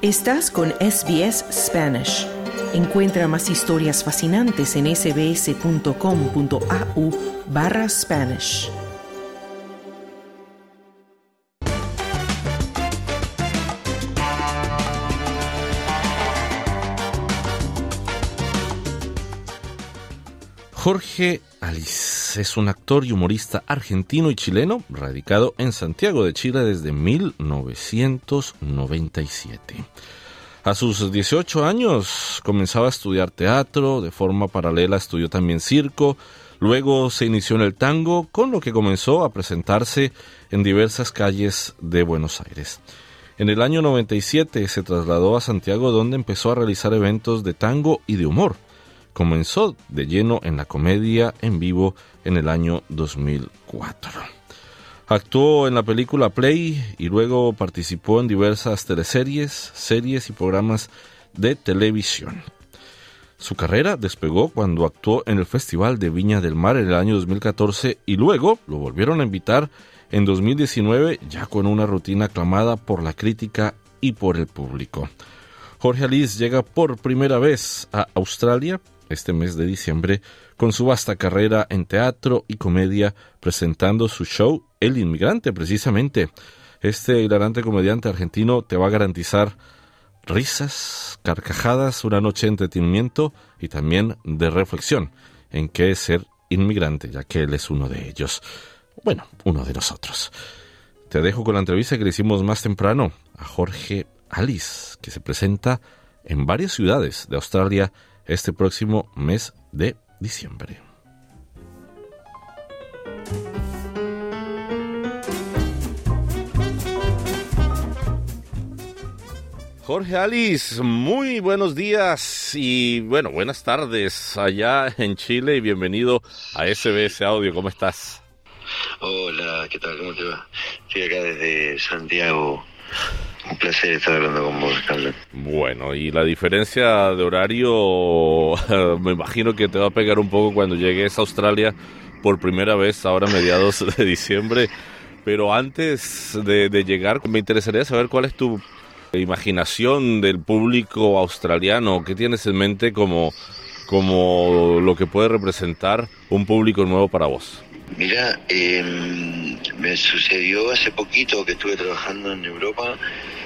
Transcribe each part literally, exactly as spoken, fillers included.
Estás con S B S Spanish. Encuentra más historias fascinantes en sbs.com.au barra Spanish. Jorge Alice es un actor y humorista argentino y chileno radicado en Santiago de Chile desde mil novecientos noventa y siete. A sus dieciocho años comenzaba a estudiar teatro, de forma paralela estudió también circo, luego se inició en el tango, con lo que comenzó a presentarse en diversas calles de Buenos Aires. En el año noventa y siete se trasladó a Santiago, donde empezó a realizar eventos de tango y de humor. Comenzó de lleno en la comedia en vivo en el año dos mil cuatro. Actuó en la película Play y luego participó en diversas teleseries, series y programas de televisión. Su carrera despegó cuando actuó en el Festival de Viña del Mar en el año dos mil catorce y luego lo volvieron a invitar en dos mil diecinueve, ya con una rutina aclamada por la crítica y por el público. Jorge Alice llega por primera vez a Australia este mes de diciembre con su vasta carrera en teatro y comedia, presentando su show El Inmigrante, precisamente. Este hilarante comediante argentino te va a garantizar risas, carcajadas, una noche de entretenimiento y también de reflexión en qué es ser inmigrante, ya que él es uno de ellos. Bueno, uno de nosotros. Te dejo con la entrevista que le hicimos más temprano a Jorge Alice, que se presenta en varias ciudades de Australia este próximo mes de diciembre. Jorge Alice, muy buenos días y bueno, buenas tardes allá en Chile y bienvenido a S B S Audio. ¿Cómo estás? Hola, ¿qué tal? ¿Cómo te va? Estoy acá desde Santiago. Un placer estar hablando con vos, Carlos. Bueno, y la diferencia de horario me imagino que te va a pegar un poco cuando llegues a Australia por primera vez, ahora a mediados de diciembre. Pero antes de, de llegar, me interesaría saber cuál es tu imaginación del público australiano. ¿Qué tienes en mente como, como lo que puede representar un público nuevo para vos? Mirá, eh, me sucedió hace poquito que estuve trabajando en Europa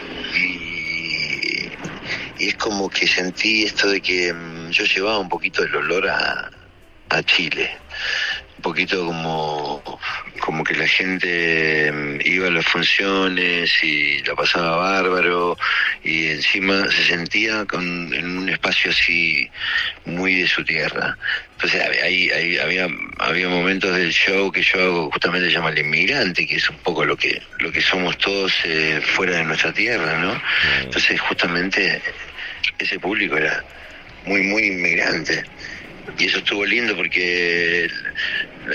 y, y es como que sentí esto de que um, yo llevaba un poquito el olor a, a Chile. Un poquito como, como que la gente um, iba a las funciones y la pasaba bárbaro y encima se sentía con, en un espacio así muy de su tierra. Entonces ahí, ahí había, había momentos del show que yo hago, justamente se llama El Inmigrante, que es un poco lo que, lo que somos todos eh, fuera de nuestra tierra, ¿no? Entonces justamente ese público era muy, muy inmigrante. Y eso estuvo lindo porque la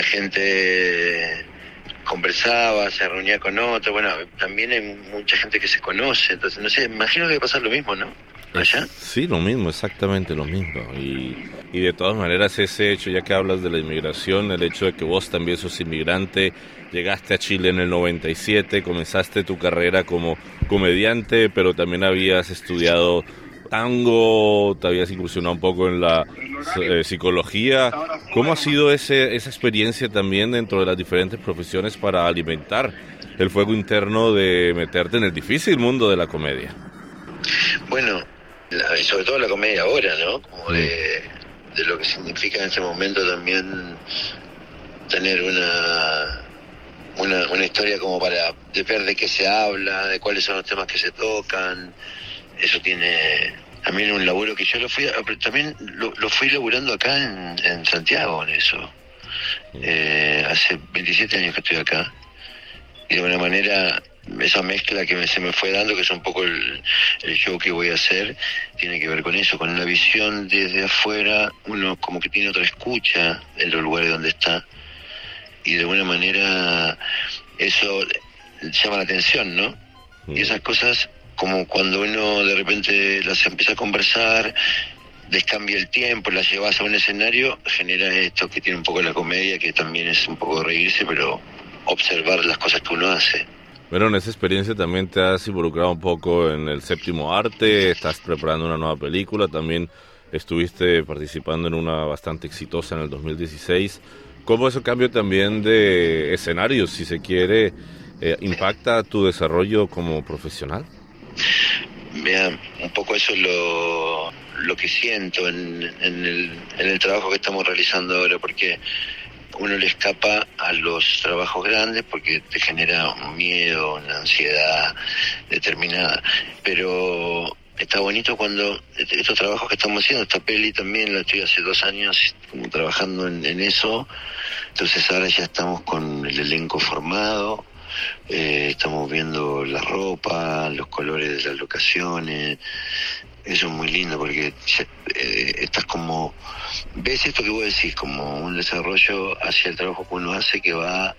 gente conversaba, se reunía con otros. Bueno, también hay mucha gente que se conoce, entonces no sé, imagino que va a pasar lo mismo, ¿no? ¿Allá? Sí, lo mismo, exactamente lo mismo. Y, y de todas maneras ese hecho, ya que hablas de la inmigración, el hecho de que vos también sos inmigrante, llegaste a Chile en el noventa y siete, comenzaste tu carrera como comediante, pero también habías estudiado tango, te habías incursionado un poco en la eh, psicología. ¿Cómo ha sido ese, esa experiencia también dentro de las diferentes profesiones para alimentar el fuego interno de meterte en el difícil mundo de la comedia? Bueno, la, sobre todo la comedia ahora, ¿no? Como de, de lo que significa en ese momento también tener una, una, una historia como para de ver de qué se habla, de cuáles son los temas que se tocan. Eso tiene también un laburo que yo lo fui también lo, lo fui laburando acá en, en Santiago, en eso. Eh, hace veintisiete años que estoy acá y de alguna manera esa mezcla que me, se me fue dando, que es un poco el, el show que voy a hacer, tiene que ver con eso, con una visión desde afuera. Uno como que tiene otra escucha en los lugares donde está y de alguna manera eso llama la atención, ¿no? Y esas cosas, como cuando uno de repente las empieza a conversar, les cambia el tiempo, las llevas a un escenario, genera esto que tiene un poco la comedia, que también es un poco reírse, pero observar las cosas que uno hace. Bueno, en esa experiencia también te has involucrado un poco en el séptimo arte, estás preparando una nueva película, también estuviste participando en una bastante exitosa en el dos mil dieciséis. ¿Cómo ese cambio también de escenarios, si se quiere, eh, impacta tu desarrollo como profesional? Mira, un poco eso es lo, lo que siento en, en, el, en el trabajo que estamos realizando ahora, porque uno le escapa a los trabajos grandes porque te genera un miedo, una ansiedad determinada, pero está bonito cuando estos trabajos que estamos haciendo, esta peli también la estoy hace dos años como trabajando en, en eso, entonces ahora ya estamos con el elenco formado, eh, estamos viendo la ropa, los colores de las locaciones. Eso es muy lindo porque eh, estás como, ves esto que vos decís, como un desarrollo hacia el trabajo que uno hace que va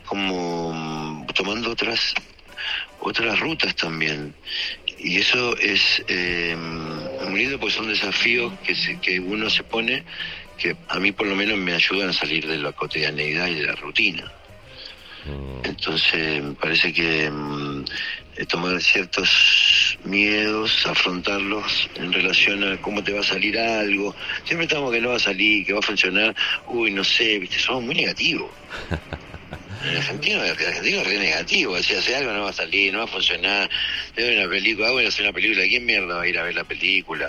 como tomando otras otras rutas también. Y eso es eh, muy lindo porque son desafíos que, se, que uno se pone que a mí por lo menos me ayudan a salir de la cotidianeidad y de la rutina. Entonces me parece que um, tomar ciertos miedos, afrontarlos en relación a cómo te va a salir algo. Siempre estamos que no va a salir, que va a funcionar. Uy, no sé, viste, somos muy negativos. El argentino, el argentino es re negativo. Si hace algo no va a salir, no va a funcionar. Veo una película, ah, bueno, hacer una película. ¿Quién mierda va a ir a ver la película?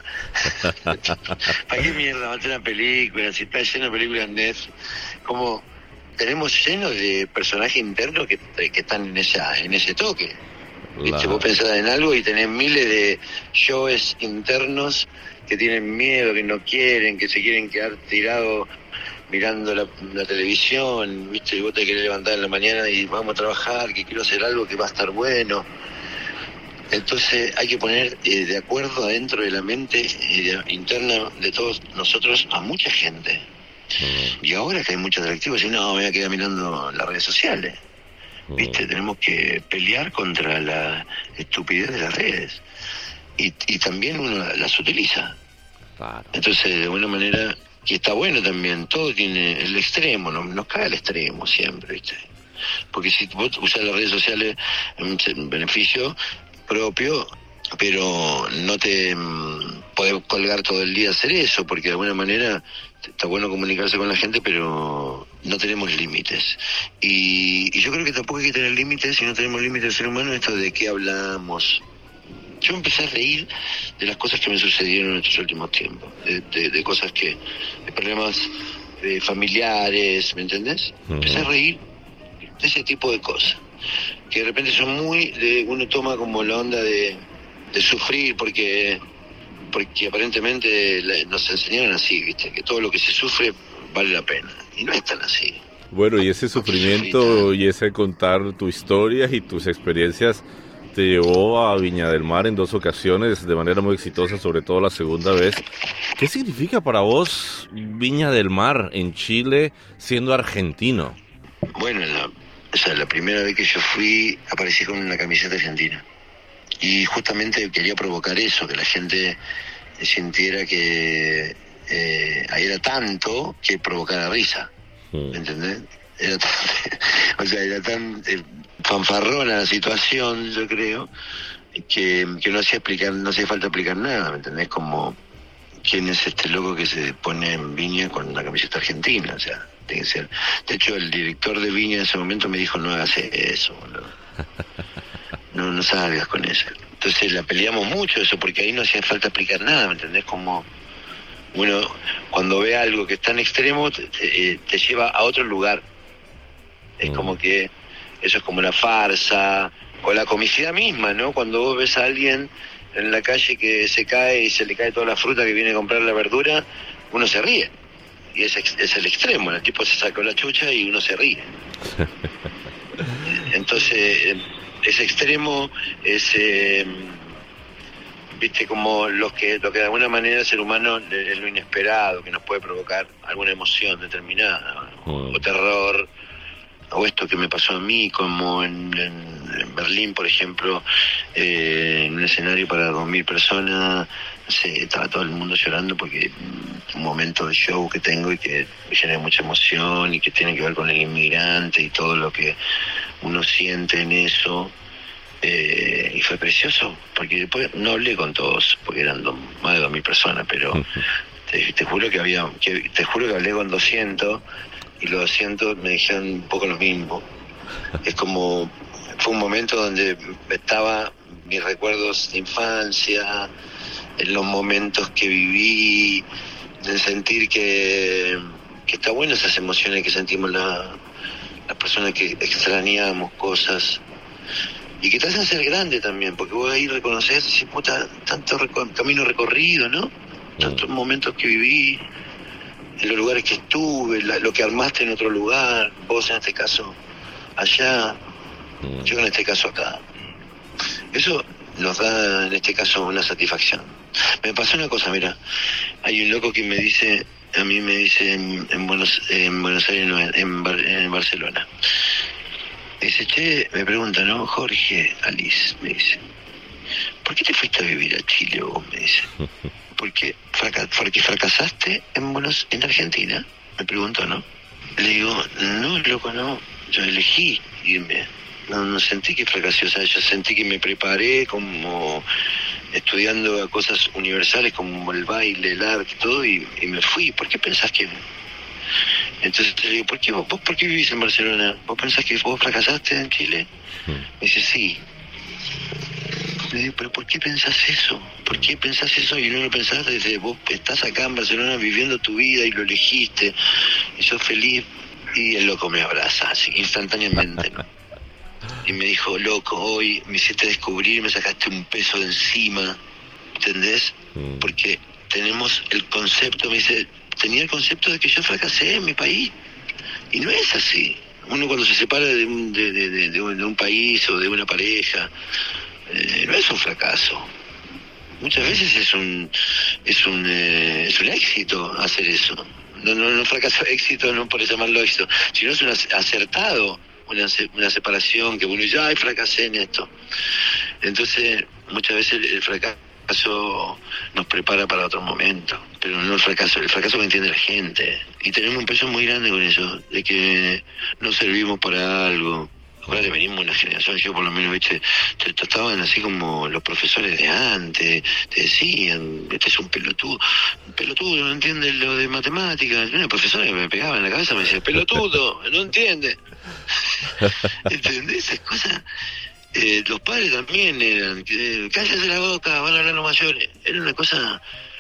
¿Para qué mierda va a hacer una película? Si está lleno de películas en Netflix. Como tenemos lleno de personajes internos que, que están en esa en ese toque. ¿Viste? Vos pensás en algo y tenés miles de yoes internos que tienen miedo, que no quieren, que se quieren quedar tirados mirando la, la televisión, ¿viste? Y vos te querés levantar en la mañana y vamos a trabajar, que quiero hacer algo que va a estar bueno. Entonces hay que poner eh, de acuerdo adentro de la mente eh, interna de todos nosotros a mucha gente. Y ahora que hay muchos atractivos, y no, me voy a quedar mirando las redes sociales. ¿Viste? Tenemos que pelear contra la estupidez de las redes. Y, y también uno las utiliza. Claro. Entonces, de alguna manera, que está bueno también, todo tiene el extremo, no, nos cae el extremo siempre, ¿viste? Porque si vos usás las redes sociales en beneficio propio, pero no te mmm, podés colgar todo el día a hacer eso, porque de alguna manera está bueno comunicarse con la gente, pero no tenemos límites. Y, y yo creo que tampoco hay que tener límites, si no tenemos límites del ser humano, esto de qué hablamos. Yo empecé a reír de las cosas que me sucedieron en estos últimos tiempos, de, de, de cosas que, de problemas eh, familiares, ¿me entendés? Uh-huh. Empecé a reír de ese tipo de cosas, que de repente son muy, de, uno toma como la onda de, de sufrir porque... porque aparentemente nos enseñaron así, ¿viste? Que todo lo que se sufre vale la pena. Y no es tan así. Bueno, y ese sufrimiento y ese contar tu historia y tus experiencias te llevó a Viña del Mar en dos ocasiones de manera muy exitosa, sobre todo la segunda vez. ¿Qué significa para vos Viña del Mar en Chile siendo argentino? Bueno, la, o sea, la primera vez que yo fui aparecí con una camiseta argentina. Y justamente quería provocar eso, que la gente sintiera que eh, era tanto que provocara risa, ¿me entendés? Era tan, o sea, era tan eh, fanfarrona la situación, yo creo, que, que no hacía explicar, no hacía falta explicar nada, ¿me entendés? Como, ¿quién es este loco que se pone en Viña con la camiseta argentina? O sea, tiene que ser. De hecho, el director de Viña en ese momento me dijo, no hagas eso, boludo. No, no salgas con eso. Entonces la peleamos mucho eso, porque ahí no hacía falta explicar nada, ¿me entendés? Como uno, cuando ve algo que es tan extremo, te, te, te lleva a otro lugar. Es mm. como que eso es como la farsa, o la comicidad misma, ¿no? Cuando vos ves a alguien en la calle que se cae y se le cae toda la fruta que viene a comprar la verdura, uno se ríe. Y es, es el extremo, el tipo se sacó la chucha y uno se ríe. Entonces... ese extremo es, eh, viste, como lo que, lo que de alguna manera el ser humano es lo inesperado, que nos puede provocar alguna emoción determinada, ¿no? mm. o terror, o esto que me pasó a mí, como en, en, en Berlín, por ejemplo, eh, en un escenario para dos mil personas, no sé, estaba todo el mundo llorando porque un momento de show que tengo y que me genera mucha emoción y que tiene que ver con el inmigrante y todo lo que uno siente en eso, Eh, y fue precioso, porque después no hablé con todos, porque eran dos, más de dos mil personas, pero te, te juro que había, que, te juro que hablé con doscientos, y los doscientos me dijeron un poco lo mismo. Es como, fue un momento donde estaba mis recuerdos de infancia, en los momentos que viví, en sentir que, que está bueno esas emociones que sentimos la, las personas que extrañamos cosas. Y que te hacen ser grande también, porque vos ahí reconoces, decís, puta, tanto reco- camino recorrido, ¿no? Tantos momentos que viví, en los lugares que estuve, la, lo que armaste en otro lugar, vos en este caso allá, yo en este caso acá. Eso nos da en este caso una satisfacción. Me pasó una cosa, mira, hay un loco que me dice, a mí me dice en, en, Buenos, en Buenos Aires, no, en, Bar, en Barcelona. Dice, che, me pregunta, ¿no? Jorge, Alice, me dice, ¿por qué te fuiste a vivir a Chile vos? Me dice, porque, fraca- porque fracasaste en Buenos, en Argentina, me preguntó, ¿no? Le digo, no, loco, no, yo elegí irme, no, no sentí que fracasé, o sea, yo sentí que me preparé como estudiando a cosas universales como el baile, el arte, todo, y, y me fui. ¿Por qué pensás que...? Entonces le digo, ¿por qué vos, vos por qué vivís en Barcelona? ¿Vos pensás que vos fracasaste en Chile? Me dice, sí. Le digo, ¿pero por qué pensás eso? ¿Por qué pensás eso y no lo pensaste? Dice, vos estás acá en Barcelona viviendo tu vida y lo elegiste y sos feliz. Y el loco me abraza así, instantáneamente, ¿no? Y me dijo, loco, hoy me hiciste descubrir, me sacaste un peso de encima, ¿entendés? Porque tenemos el concepto, me dice, tenía el concepto de que yo fracasé en mi país, y no es así. Uno cuando se separa de un, de, de, de, de un, de un país o de una pareja, eh, no es un fracaso. Muchas veces es un es un eh, es un éxito hacer eso. No, no, no fracaso, éxito no por llamarlo éxito, sino es un acertado, una, una separación que uno dice, ay, fracasé en esto. Entonces, muchas veces el, el fracaso nos prepara para otro momento, pero no el fracaso, el fracaso que entiende la gente. Y tenemos un peso muy grande con eso, de que no servimos para algo. Ahora que venimos una generación, yo por lo menos, viste, te trataban así como los profesores de antes, te decían, este es un pelotudo, un pelotudo, no entiende lo de matemáticas. Una profesora que me pegaba en la cabeza me decía, pelotudo, no entiende. ¿Entendés? Esas cosas. Eh, los padres también eran, eh, cállate la boca, van a hablar los mayores. Era una cosa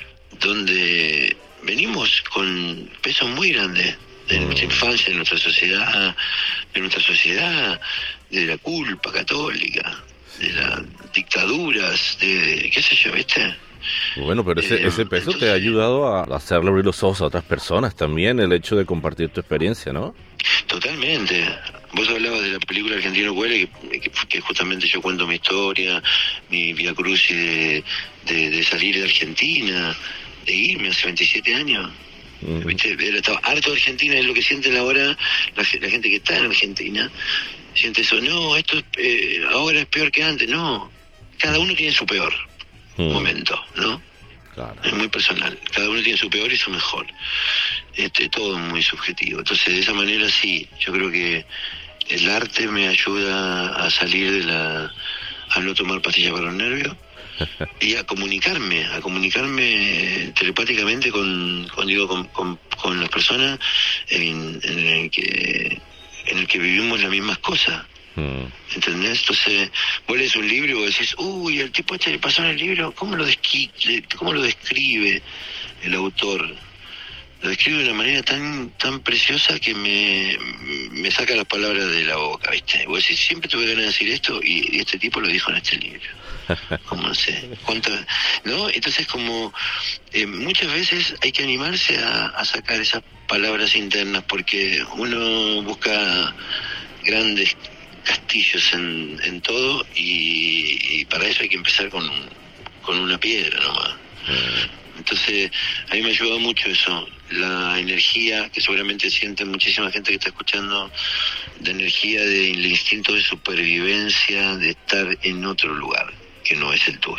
donde venimos con pesos muy grandes de nuestra infancia, de nuestra sociedad, de nuestra sociedad, de la culpa católica, de las dictaduras, de, de qué sé yo, ¿viste? Bueno, pero ese, Eh, ese peso entonces, te ha ayudado a hacerle abrir los ojos a otras personas también, el hecho de compartir tu experiencia, ¿no? Totalmente. Vos hablabas de la película Argentino Huele, que, que, que justamente yo cuento mi historia, mi vía crucis de, de, de salir de Argentina, de irme hace veintisiete años. Uh-huh. ¿Viste? Estaba harto de Argentina, es lo que sienten ahora la, la gente que está en Argentina. Siente eso, no, esto es, eh, ahora es peor que antes. No, cada uno tiene su peor uh-huh. momento, ¿no? Claro. Es muy personal, cada uno tiene su peor y su mejor. Este, todo es muy subjetivo. Entonces, de esa manera sí, yo creo que el arte me ayuda a salir de la... a no tomar pastillas para los nervios y a comunicarme, a comunicarme telepáticamente con, con digo, con, con, con las personas en, en el que en el que vivimos las mismas cosas. Mm. ¿Entendés? Entonces, vos lees un libro y vos decís, uy, el tipo este le pasó en el libro, ¿cómo lo, desqui- cómo lo describe el autor? Lo describe de una manera tan tan preciosa que me, me saca las palabras de la boca, ¿viste? Vos decís, siempre tuve ganas de decir esto y, y este tipo lo dijo en este libro. Como no sé, cuánto, ¿no? Entonces, como eh, muchas veces hay que animarse a, a sacar esas palabras internas porque uno busca grandes castillos en, en todo y, y para eso hay que empezar con, con una piedra nomás. Entonces, a mí me ayuda mucho eso, la energía que seguramente siente muchísima gente que está escuchando, la energía del instinto de supervivencia, de estar en otro lugar que no es el tuyo.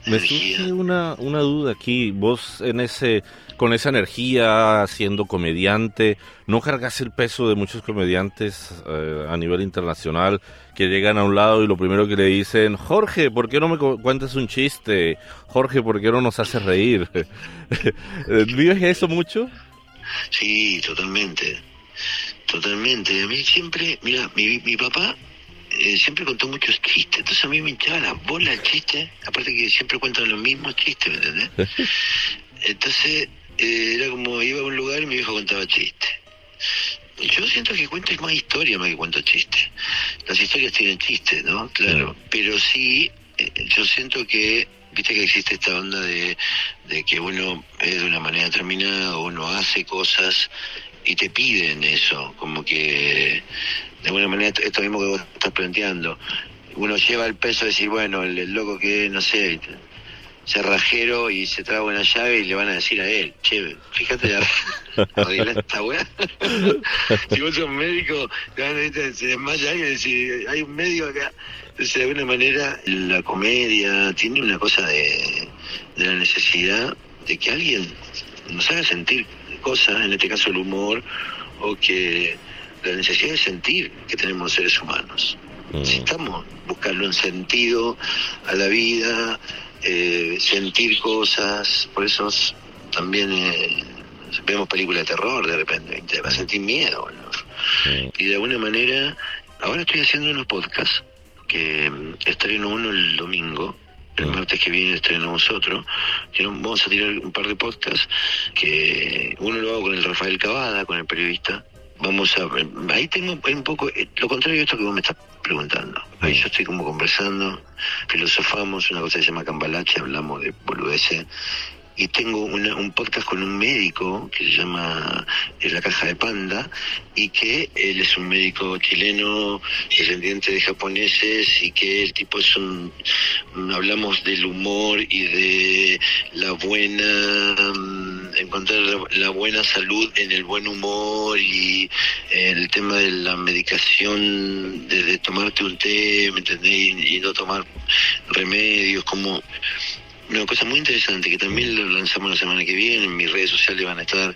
Me surge una, una duda aquí. Vos en ese, con esa energía, siendo comediante, ¿no cargas el peso de muchos comediantes eh, a nivel internacional que llegan a un lado y lo primero que le dicen, Jorge, ¿por qué no me cu- cuentas un chiste? Jorge, ¿por qué no nos haces reír? ¿Vives eso mucho? Sí, totalmente. Totalmente. A mí siempre, mira, mi, mi papá eh, siempre contó muchos chistes, entonces a mí me hinchaba la bola el chiste, aparte que siempre cuentan los mismos chistes, ¿me entendés? Entonces eh, era como iba a un lugar y mi viejo contaba chistes. Yo siento que cuento más historia más que cuento chistes. Las historias tienen chistes, ¿no? Claro, pero sí, eh, yo siento que, viste que existe esta onda de, de que uno es de una manera determinada, uno hace cosas y te piden eso, como que de alguna manera esto mismo que vos estás planteando, uno lleva el peso de decir, bueno, el, el loco que, no sé, cerrajero y se traga una llave y le van a decir a él, che, fíjate, arregla esta weá. Si vos sos médico, te van a decir, se desmaya alguien y decir, hay un médico acá. Entonces, de alguna manera, la comedia tiene una cosa de, de la necesidad de que alguien nos haga sentir cosas, en este caso el humor, o que la necesidad de sentir que tenemos los seres humanos. Mm. Necesitamos buscarle un sentido a la vida, eh, sentir cosas, por eso también eh, vemos películas de terror de repente, te va a sentir miedo, ¿no? Mm. Y de alguna manera, ahora estoy haciendo unos podcasts, que estreno uno el domingo, el martes que viene estrenamos otro, que vamos a tirar un par de podcasts, que uno lo hago con el Rafael Cavada, con el periodista. Vamos a, ahí tengo un poco, lo contrario de esto que vos me estás preguntando. Ahí yo estoy como conversando, filosofamos, una cosa que se llama cambalache, hablamos de boludeces. Y tengo una, un podcast con un médico que se llama La Caja de Panda, y que él es un médico chileno descendiente de japoneses, y que el tipo es un, hablamos del humor y de la buena, um, encontrar la, la buena salud en el buen humor, y eh, el tema de la medicación, de, de tomarte un té, ¿me entendés? Y, y no tomar remedios, como una cosa muy interesante que también lo lanzamos la semana que viene, en mis redes sociales van a estar,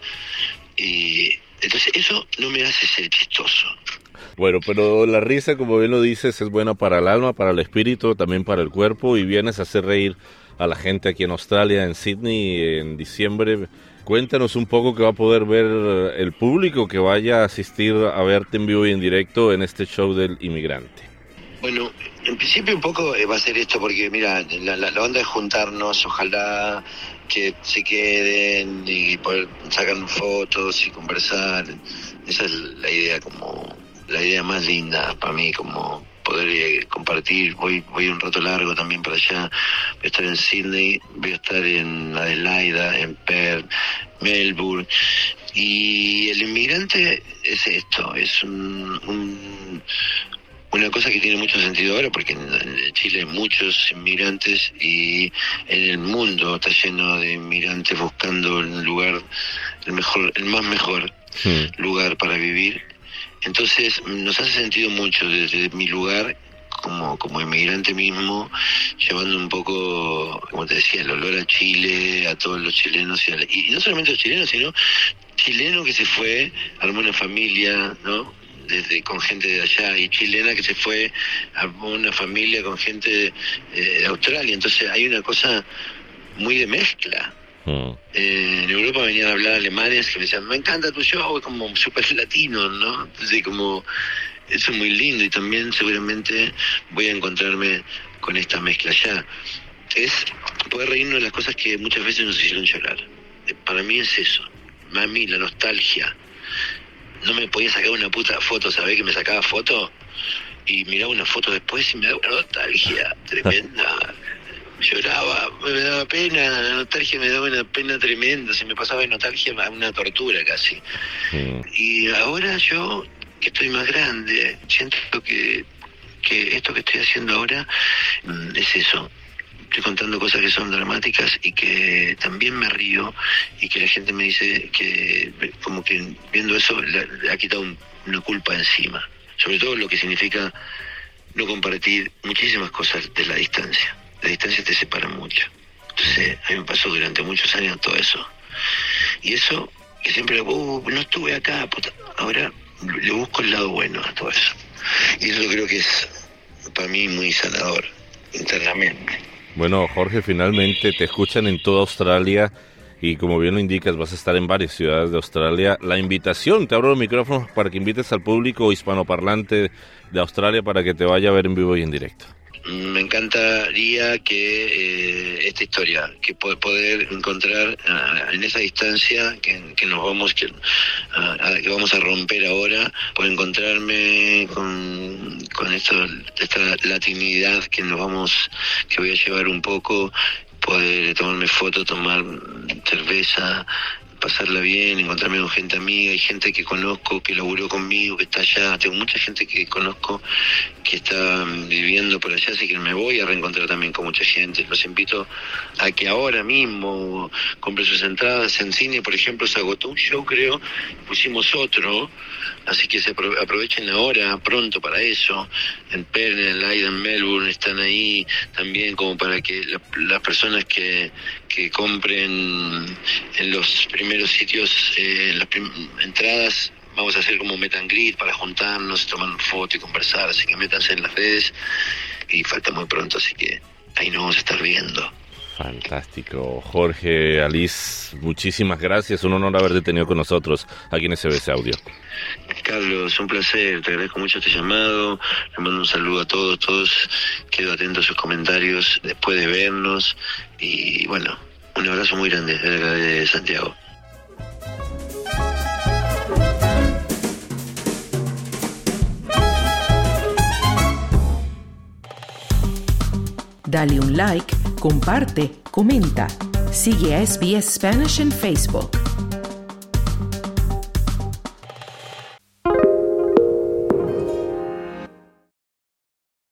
y entonces eso no me hace ser chistoso. Bueno, pero la risa, como bien lo dices, es buena para el alma, para el espíritu, también para el cuerpo, y vienes a hacer reír a la gente aquí en Australia, en Sydney, en diciembre. Cuéntanos un poco qué va a poder ver el público que vaya a asistir a verte en vivo y en directo en este show del inmigrante. Bueno, en principio un poco va a ser esto, porque mira, la, la, la onda es juntarnos, ojalá que se queden y poder sacar fotos y conversar. Esa es la idea, como la idea más linda para mí, como poder eh, compartir. Voy voy un rato largo también para allá, voy a estar en Sydney, voy a estar en Adelaida, en Perth, Melbourne. Y el inmigrante es esto, es un... un una cosa que tiene mucho sentido ahora, porque en Chile hay muchos inmigrantes y en el mundo está lleno de inmigrantes buscando un lugar, el mejor, el más mejor sí. lugar para vivir. Entonces nos hace sentido mucho desde mi lugar, como, como inmigrante mismo, llevando un poco, como te decía, el olor a Chile, a todos los chilenos, y, a la, y no solamente los chilenos, sino chileno que se fue, armó una familia, ¿no? Desde con gente de allá, y chilena que se fue a una familia con gente de, eh, de Australia. Entonces hay una cosa muy de mezcla. Mm. Eh, en Europa venían a hablar alemanes que me decían, me encanta tu show, como súper latino, ¿no? Entonces como eso es muy lindo, y también seguramente voy a encontrarme con esta mezcla allá. Es poder reírnos de las cosas que muchas veces nos hicieron llorar. Eh, para mí es eso. A mí la nostalgia. No me podía sacar una puta foto, ¿sabés? Que me sacaba foto y miraba una foto después y me daba una nostalgia tremenda. Lloraba, me daba pena, la nostalgia me daba una pena tremenda. Se me pasaba de nostalgia a una tortura casi. Mm. Y ahora yo, que estoy más grande, siento que, que esto que estoy haciendo ahora mm, es eso. Estoy contando cosas que son dramáticas y que también me río, y que la gente me dice que como que viendo eso le, le ha quitado un, una culpa encima, sobre todo lo que significa no compartir muchísimas cosas de la distancia, la distancia te separa mucho. Entonces, a mí me pasó durante muchos años todo eso. Y eso, que siempre, uh, no estuve acá, puta. Ahora le busco el lado bueno a todo eso. Y eso creo que es, para mí, muy sanador, internamente. Bueno, Jorge, finalmente te escuchan en toda Australia y como bien lo indicas, vas a estar en varias ciudades de Australia. La invitación, te abro los micrófonos para que invites al público hispanoparlante de Australia para que te vaya a ver en vivo y en directo. Me encantaría que eh, esta historia, que po- poder encontrar uh, en esa distancia que, que nos vamos que, uh, que vamos a romper ahora, poder encontrarme con con esto, esta latinidad que nos vamos, que voy a llevar un poco, poder tomarme fotos, tomar cerveza, pasarla bien, encontrarme con gente amiga y gente que conozco, que laburó conmigo, que está allá. Tengo mucha gente que conozco que está viviendo por allá, así que me voy a reencontrar también con mucha gente. Los invito a que ahora mismo compren sus entradas. En cine, por ejemplo, se agotó un show, creo, pusimos otro, así que se apro- aprovechen ahora, pronto para eso. En Perth, en Adelaide, en Melbourne, están ahí también como para que la, las personas que, que compren en los primeros sitios eh, las prim- entradas, vamos a hacer como meet and greet para juntarnos, tomar foto y conversar, así que métanse en las redes y falta muy pronto, así que ahí nos vamos a estar viendo. Fantástico. Jorge, Alice, muchísimas gracias. Un honor haberte tenido con nosotros aquí en S B S Audio. Carlos, un placer, te agradezco mucho este llamado, le mando un saludo a todos, todos quedo atento a sus comentarios después de vernos y bueno, un abrazo muy grande desde acá de Santiago. Dale un like, comparte, comenta. Sigue a S B S Spanish en Facebook.